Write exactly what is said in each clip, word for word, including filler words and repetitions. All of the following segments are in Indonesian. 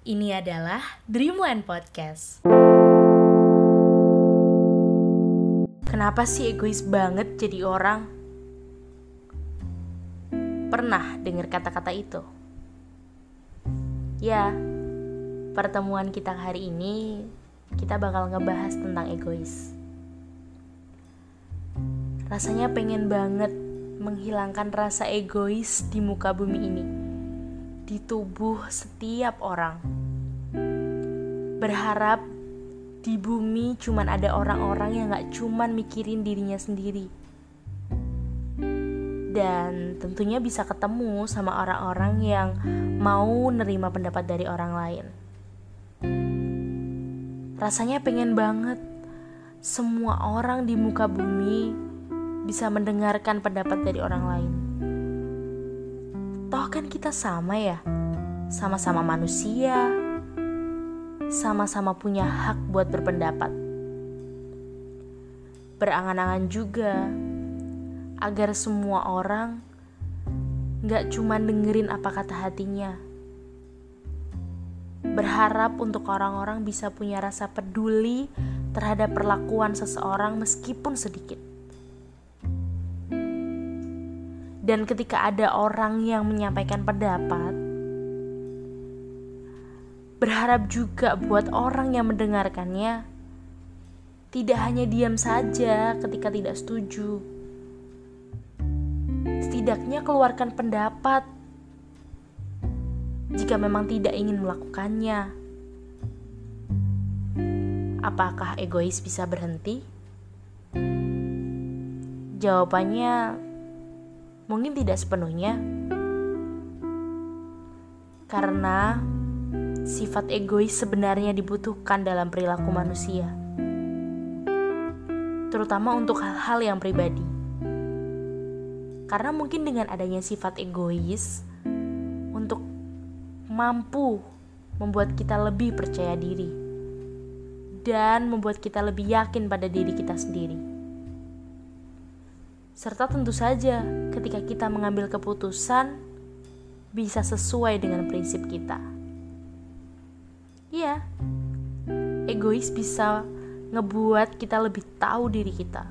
Ini adalah Dream One Podcast. Kenapa sih egois banget jadi orang? Pernah dengar kata-kata itu? Ya, pertemuan kita hari ini kita bakal ngebahas tentang egois. Rasanya pengen banget menghilangkan rasa egois di muka bumi ini, di tubuh setiap orang. Berharap di bumi cuman ada orang-orang yang gak cuman mikirin dirinya sendiri. Dan tentunya bisa ketemu sama orang-orang yang mau nerima pendapat dari orang lain. Rasanya pengen banget semua orang di muka bumi bisa mendengarkan pendapat dari orang lain. Toh kan kita sama ya, sama-sama manusia, sama-sama punya hak buat berpendapat. Berangan-angan juga agar semua orang gak cuma dengerin apa kata hatinya. Berharap untuk orang-orang bisa punya rasa peduli terhadap perlakuan seseorang meskipun sedikit. Dan ketika ada orang yang menyampaikan pendapat, berharap juga buat orang yang mendengarkannya tidak hanya diam saja ketika tidak setuju. Setidaknya keluarkan pendapat jika memang tidak ingin melakukannya. Apakah egois bisa berhenti? Jawabannya mungkin tidak sepenuhnya, karena sifat egois sebenarnya dibutuhkan dalam perilaku manusia, terutama untuk hal-hal yang pribadi. Karena mungkin dengan adanya sifat egois untuk mampu membuat kita lebih percaya diri dan membuat kita lebih yakin pada diri kita sendiri. Serta tentu saja ketika kita mengambil keputusan bisa sesuai dengan prinsip kita. Iya, egois bisa ngebuat kita lebih tahu diri kita.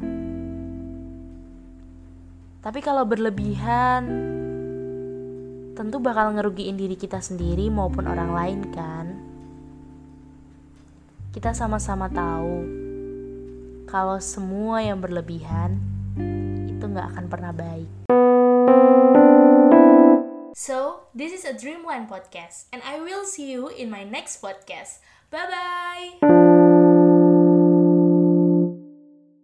Tapi kalau berlebihan, tentu bakal ngerugiin diri kita sendiri maupun orang lain kan. Kita sama-sama tahu kalau semua yang berlebihan itu gak akan pernah baik. So, this is a Dream One podcast, and I will see you in my next podcast. Bye-bye!